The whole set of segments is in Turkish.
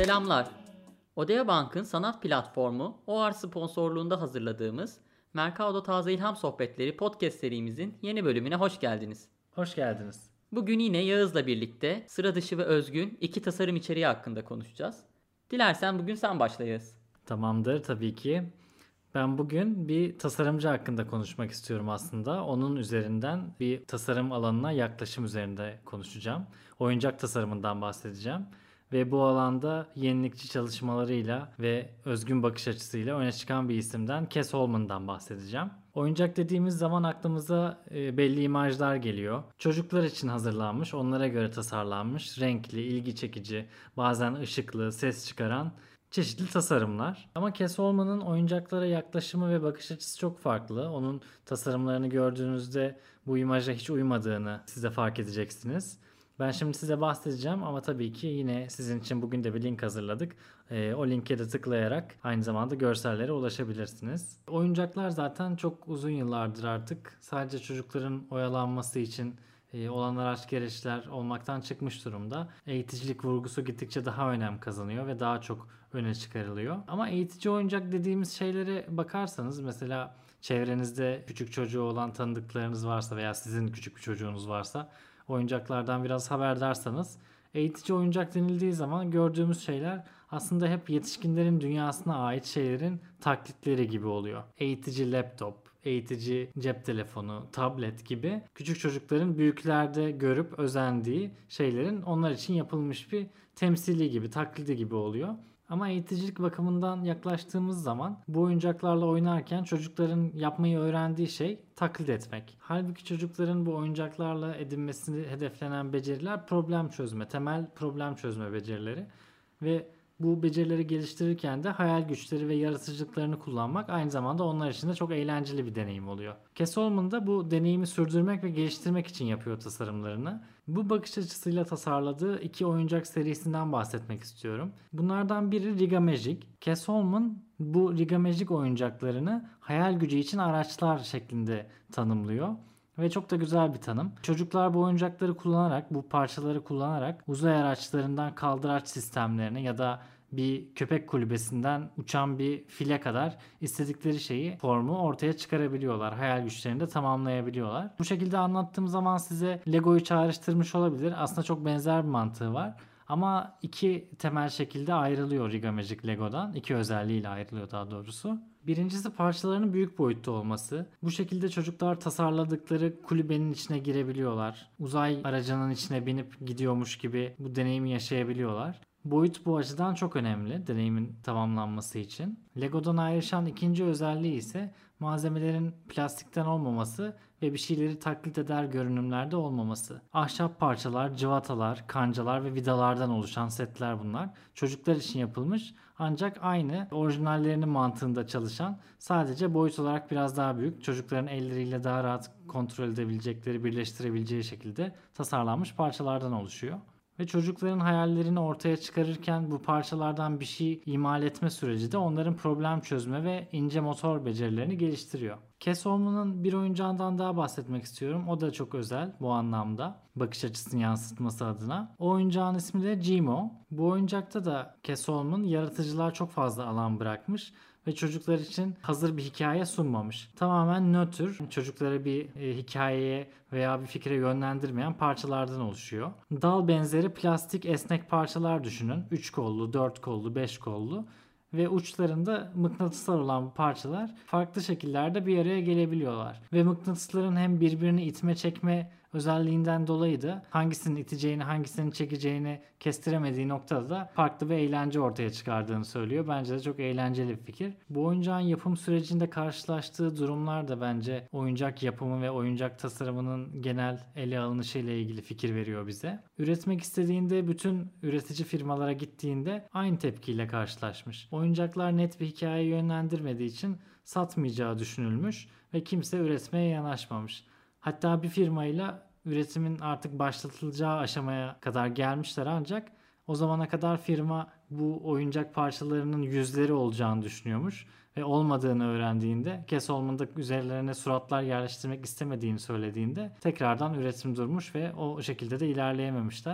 Selamlar. Odea Bank'ın sanat platformu OAR sponsorluğunda hazırladığımız Mercado Taze İlham Sohbetleri podcast serimizin yeni bölümüne hoş geldiniz. Hoş geldiniz. Bugün yine Yağız'la birlikte sıra dışı ve özgün iki tasarım içeriği hakkında konuşacağız. Dilersen bugün sen başla Yağız. Tamamdır tabii ki. Ben bugün bir tasarımcı hakkında konuşmak istiyorum aslında. Onun üzerinden bir tasarım alanına yaklaşım üzerinde konuşacağım. Oyuncak tasarımından bahsedeceğim. Ve bu alanda yenilikçi çalışmalarıyla ve özgün bakış açısıyla öne çıkan bir isimden Kes Holman'dan bahsedeceğim. Oyuncak dediğimiz zaman aklımıza belli imajlar geliyor. Çocuklar için hazırlanmış, onlara göre tasarlanmış, renkli, ilgi çekici, bazen ışıklı, ses çıkaran çeşitli tasarımlar. Ama Kes Holman'ın oyuncaklara yaklaşımı ve bakış açısı çok farklı. Onun tasarımlarını gördüğünüzde bu imaja hiç uymadığını siz de fark edeceksiniz. Ben şimdi size bahsedeceğim ama tabii ki yine sizin için bugün de bir link hazırladık. O linke de tıklayarak aynı zamanda görsellere ulaşabilirsiniz. Oyuncaklar zaten çok uzun yıllardır artık sadece çocukların oyalanması için olan araç gereçler olmaktan çıkmış durumda. Eğiticilik vurgusu gittikçe daha önem kazanıyor ve daha çok öne çıkarılıyor. Ama eğitici oyuncak dediğimiz şeylere bakarsanız mesela çevrenizde küçük çocuğu olan tanıdıklarınız varsa veya sizin küçük bir çocuğunuz varsa oyuncaklardan biraz haberdarsanız eğitici oyuncak denildiği zaman gördüğümüz şeyler aslında hep yetişkinlerin dünyasına ait şeylerin taklitleri gibi oluyor. Eğitici laptop, eğitici cep telefonu, tablet gibi küçük çocukların büyüklerde görüp özendiği şeylerin onlar için yapılmış bir temsili gibi, taklidi gibi oluyor. Ama eğiticilik bakımından yaklaştığımız zaman bu oyuncaklarla oynarken çocukların yapmayı öğrendiği şey taklit etmek. Halbuki çocukların bu oyuncaklarla edinmesini hedeflenen beceriler problem çözme, temel problem çözme becerileri ve bu becerileri geliştirirken de hayal güçleri ve yaratıcılıklarını kullanmak aynı zamanda onlar için de çok eğlenceli bir deneyim oluyor. Kes Holman da bu deneyimi sürdürmek ve geliştirmek için yapıyor tasarımlarını. Bu bakış açısıyla tasarladığı iki oyuncak serisinden bahsetmek istiyorum. Bunlardan biri Riga Magic. Kes Holman bu Riga Magic oyuncaklarını hayal gücü için araçlar şeklinde tanımlıyor. Ve çok da güzel bir tanım. Çocuklar bu oyuncakları kullanarak, bu parçaları kullanarak uzay araçlarından kaldıraç sistemlerine ya da bir köpek kulübesinden uçan bir file kadar istedikleri şeyi, formu ortaya çıkarabiliyorlar. Hayal güçlerini de tamamlayabiliyorlar. Bu şekilde anlattığım zaman size Lego'yu çağrıştırmış olabilir. Aslında çok benzer bir mantığı var. Ama iki temel şekilde ayrılıyor Riga Magic Lego'dan. İki özelliğiyle ayrılıyor daha doğrusu. Birincisi parçalarının büyük boyutta olması. Bu şekilde çocuklar tasarladıkları kulübenin içine girebiliyorlar. Uzay aracının içine binip gidiyormuş gibi bu deneyimi yaşayabiliyorlar. Boyut bu açıdan çok önemli deneyimin tamamlanması için. Lego'dan ayrışan ikinci özelliği ise malzemelerin plastikten olmaması ve bir şeyleri taklit eder görünümlerde olmaması. Ahşap parçalar, cıvatalar, kancalar ve vidalardan oluşan setler bunlar. Çocuklar için yapılmış ancak aynı orijinallerinin mantığında çalışan, sadece boyut olarak biraz daha büyük, çocukların elleriyle daha rahat kontrol edebilecekleri, birleştirebileceği şekilde tasarlanmış parçalardan oluşuyor. Ve çocukların hayallerini ortaya çıkarırken bu parçalardan bir şey imal etme süreci de onların problem çözme ve ince motor becerilerini geliştiriyor. Kes Holman'ın bir oyuncağından daha bahsetmek istiyorum. O da çok özel bu anlamda. Bakış açısını yansıtması adına. O oyuncağın ismi de Gmo. Bu oyuncakta da Kes Holman yaratıcılığa çok fazla alan bırakmış ve çocuklar için hazır bir hikaye sunmamış. Tamamen nötr, çocuklara bir hikayeye veya bir fikre yönlendirmeyen parçalardan oluşuyor. Dal benzeri plastik esnek parçalar düşünün. 3 kollu, 4 kollu, 5 kollu ve uçlarında mıknatıslar olan bu parçalar farklı şekillerde bir araya gelebiliyorlar. Ve mıknatısların hem birbirini itme çekme özelliğinden dolayı da hangisinin iteceğini hangisinin çekeceğini kestiremediği noktada da farklı bir eğlence ortaya çıkardığını söylüyor. Bence de çok eğlenceli bir fikir. Bu oyuncağın yapım sürecinde karşılaştığı durumlar da bence oyuncak yapımı ve oyuncak tasarımının genel ele alınışı ile ilgili fikir veriyor bize. Üretmek istediğinde bütün üretici firmalara gittiğinde aynı tepkiyle karşılaşmış. Oyuncaklar net bir hikaye yönlendirmediği için satmayacağı düşünülmüş ve kimse üretmeye yanaşmamış. Hatta bir firmayla üretimin artık başlatılacağı aşamaya kadar gelmişler ancak o zamana kadar firma bu oyuncak parçalarının yüzleri olacağını düşünüyormuş ve olmadığını öğrendiğinde Kes Holman'da üzerlerine suratlar yerleştirmek istemediğini söylediğinde tekrardan üretim durmuş ve o şekilde de ilerleyememişler.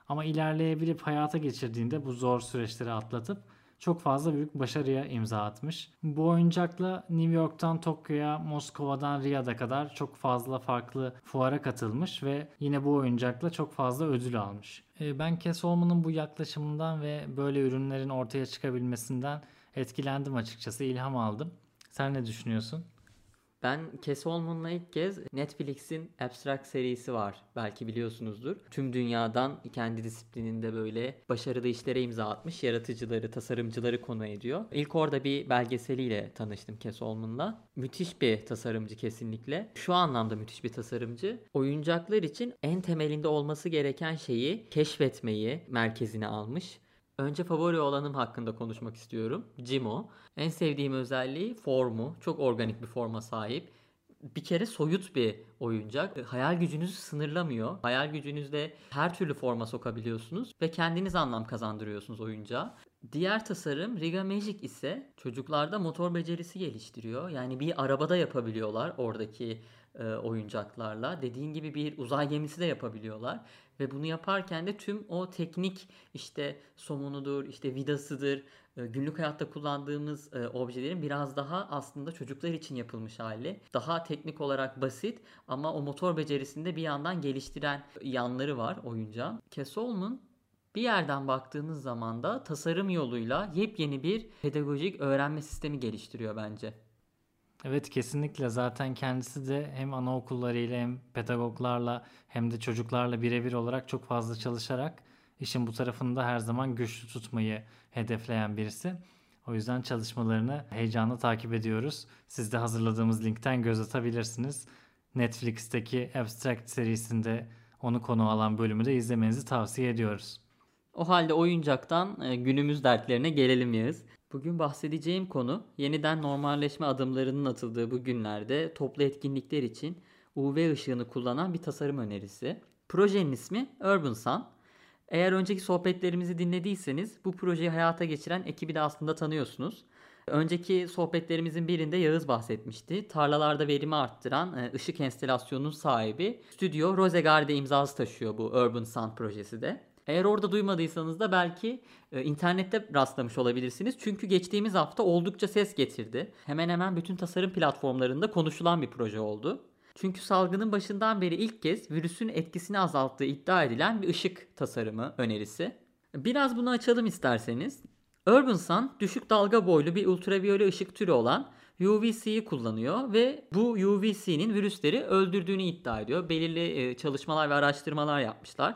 Ama ilerleyebilip hayata geçirdiğinde bu zor süreçleri atlatıp çok fazla büyük başarıya imza atmış. Bu oyuncakla New York'tan Tokyo'ya, Moskova'dan Riyad'a kadar çok fazla farklı fuara katılmış ve yine bu oyuncakla çok fazla ödül almış. Ben Kes Olman'ın bu yaklaşımından ve böyle ürünlerin ortaya çıkabilmesinden etkilendim açıkçası, ilham aldım. Sen ne düşünüyorsun? Ben Kes Olman'la ilk kez Netflix'in Abstract serisi var. Belki biliyorsunuzdur. Tüm dünyadan kendi disiplininde böyle başarılı işlere imza atmış yaratıcıları, tasarımcıları konu ediyor. İlk orada bir belgeseliyle tanıştım Kes Olman'la. Müthiş bir tasarımcı kesinlikle. Şu anlamda müthiş bir tasarımcı. Oyuncaklar için en temelinde olması gereken şeyi keşfetmeyi merkezine almış. Önce favori olanım hakkında konuşmak istiyorum. Jimo. En sevdiğim özelliği formu. Çok organik bir forma sahip. Bir kere soyut bir oyuncak. Hayal gücünüzü sınırlamıyor. Hayal gücünüzde her türlü forma sokabiliyorsunuz ve kendiniz anlam kazandırıyorsunuz oyuncağa. Diğer tasarım Riga Magic ise çocuklarda motor becerisi geliştiriyor. Yani bir arabada yapabiliyorlar oradaki oyuncaklarla. Dediğin gibi bir uzay gemisi de yapabiliyorlar. Ve bunu yaparken de tüm o teknik işte somunudur, işte vidasıdır, günlük hayatta kullandığımız objelerin biraz daha aslında çocuklar için yapılmış hali. Daha teknik olarak basit ama o motor becerisini de bir yandan geliştiren yanları var oyuncağın. Kesolman bir yerden baktığınız zaman da tasarım yoluyla yepyeni bir pedagojik öğrenme sistemi geliştiriyor bence. Evet, kesinlikle. Zaten kendisi de hem anaokullarıyla hem pedagoglarla hem de çocuklarla birebir olarak çok fazla çalışarak işin bu tarafını da her zaman güçlü tutmayı hedefleyen birisi. O yüzden çalışmalarını heyecanla takip ediyoruz. Siz de hazırladığımız linkten göz atabilirsiniz. Netflix'teki Abstract serisinde onu konu alan bölümü de izlemenizi tavsiye ediyoruz. O halde oyuncaktan günümüz dertlerine gelelim Yağız. Bugün bahsedeceğim konu yeniden normalleşme adımlarının atıldığı bu günlerde toplu etkinlikler için UV ışığını kullanan bir tasarım önerisi. Projenin ismi Urban Sun. Eğer önceki sohbetlerimizi dinlediyseniz bu projeyi hayata geçiren ekibi de aslında tanıyorsunuz. Önceki sohbetlerimizin birinde Yağız bahsetmişti. Tarlalarda verimi arttıran ışık enstelasyonunun sahibi Stüdyo Rosegarde imzası taşıyor bu Urban Sun projesi de. Eğer orada duymadıysanız da belki internette rastlamış olabilirsiniz. Çünkü geçtiğimiz hafta oldukça ses getirdi. Hemen hemen bütün tasarım platformlarında konuşulan bir proje oldu. Çünkü salgının başından beri ilk kez virüsün etkisini azalttığı iddia edilen bir ışık tasarımı önerisi. Biraz bunu açalım isterseniz. Urban Sun düşük dalga boylu bir ultraviyole ışık türü olan UVC'yi kullanıyor ve bu UVC'nin virüsleri öldürdüğünü iddia ediyor. Belirli çalışmalar ve araştırmalar yapmışlar.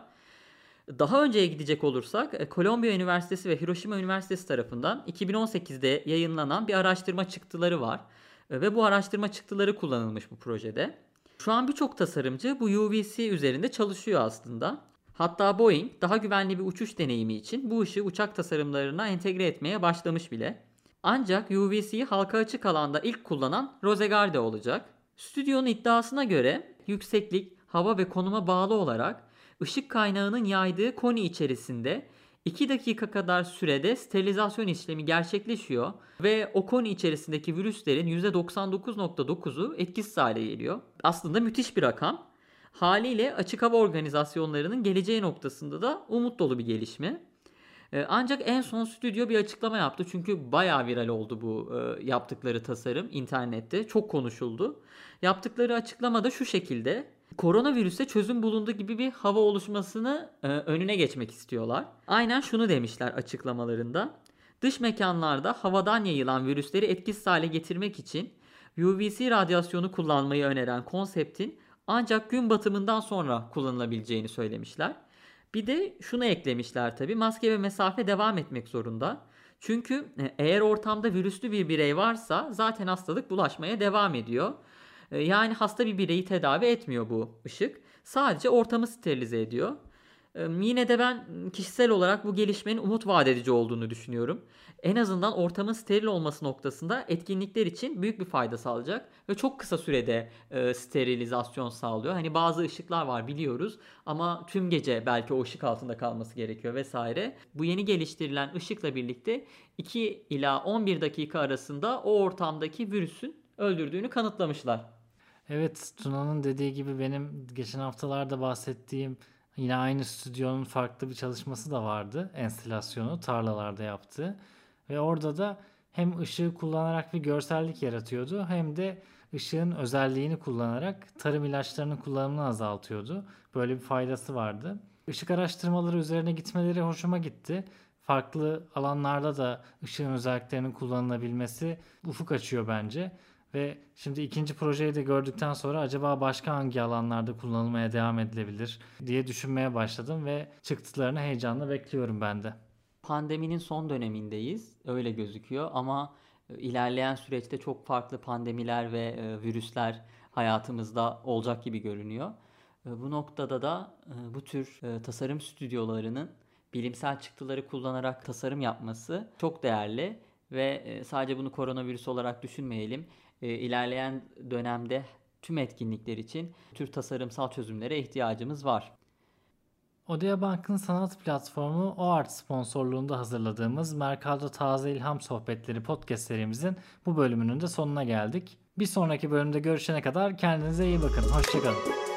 Daha önceye gidecek olursak Kolombiya Üniversitesi ve Hiroşima Üniversitesi tarafından 2018'de yayınlanan bir araştırma çıktıları var. Ve bu araştırma çıktıları kullanılmış bu projede. Şu an birçok tasarımcı bu UVC üzerinde çalışıyor aslında. Hatta Boeing daha güvenli bir uçuş deneyimi için bu ışığı uçak tasarımlarına entegre etmeye başlamış bile. Ancak UVC'yi halka açık alanda ilk kullanan Rosegarde olacak. Stüdyonun iddiasına göre yükseklik, hava ve konuma bağlı olarak ışık kaynağının yaydığı koni içerisinde 2 dakika kadar sürede sterilizasyon işlemi gerçekleşiyor ve o koni içerisindeki virüslerin %99.9'u etkisiz hale geliyor. Aslında müthiş bir rakam. Haliyle açık hava organizasyonlarının geleceği noktasında da umut dolu bir gelişme. Ancak en son stüdyo bir açıklama yaptı. Çünkü bayağı viral oldu bu yaptıkları tasarım internette. Çok konuşuldu. Yaptıkları açıklamada şu şekilde. Koronavirüse çözüm bulundu gibi bir hava oluşmasını önüne geçmek istiyorlar. Aynen şunu demişler açıklamalarında. Dış mekanlarda havadan yayılan virüsleri etkisiz hale getirmek için UVC radyasyonu kullanmayı öneren konseptin ancak gün batımından sonra kullanılabileceğini söylemişler. Bir de şunu eklemişler tabii. Maske ve mesafe devam etmek zorunda. Çünkü eğer ortamda virüslü bir birey varsa zaten hastalık bulaşmaya devam ediyor. Yani hasta bir bireyi tedavi etmiyor bu ışık. Sadece ortamı sterilize ediyor. Yine de ben kişisel olarak bu gelişmenin umut vaat edici olduğunu düşünüyorum. En azından ortamın steril olması noktasında etkinlikler için büyük bir fayda sağlayacak ve çok kısa sürede sterilizasyon sağlıyor. Hani bazı ışıklar var biliyoruz ama tüm gece belki o ışık altında kalması gerekiyor vesaire. Bu yeni geliştirilen ışıkla birlikte 2 ila 11 dakika arasında o ortamdaki virüsün öldürdüğünü kanıtlamışlar. Evet, Tuna'nın dediği gibi benim geçen haftalarda bahsettiğim Yine aynı stüdyonun farklı bir çalışması da vardı. Enstalasyonu tarlalarda yaptığı. Ve orada da hem ışığı kullanarak bir görsellik yaratıyordu hem de ışığın özelliğini kullanarak tarım ilaçlarının kullanımını azaltıyordu. Böyle bir faydası vardı. Işık araştırmaları üzerine gitmeleri hoşuma gitti. Farklı alanlarda da ışığın özelliklerinin kullanılabilmesi ufuk açıyor bence. Ve şimdi ikinci projeyi de gördükten sonra acaba başka hangi alanlarda kullanılmaya devam edilebilir diye düşünmeye başladım ve çıktılarını heyecanla bekliyorum ben de. Pandeminin son dönemindeyiz. Öyle gözüküyor ama ilerleyen süreçte çok farklı pandemiler ve virüsler hayatımızda olacak gibi görünüyor. Bu noktada da bu tür tasarım stüdyolarının bilimsel çıktıları kullanarak tasarım yapması çok değerli ve sadece bunu koronavirüs olarak düşünmeyelim. İlerleyen dönemde tüm etkinlikler için bu tür tasarımsal çözümlere ihtiyacımız var. Odea Bank'ın sanat platformu OART sponsorluğunda hazırladığımız Mercado Taze İlham Sohbetleri podcast serimizin bu bölümünün de sonuna geldik. Bir sonraki bölümde görüşene kadar kendinize iyi bakın. Hoşçakalın.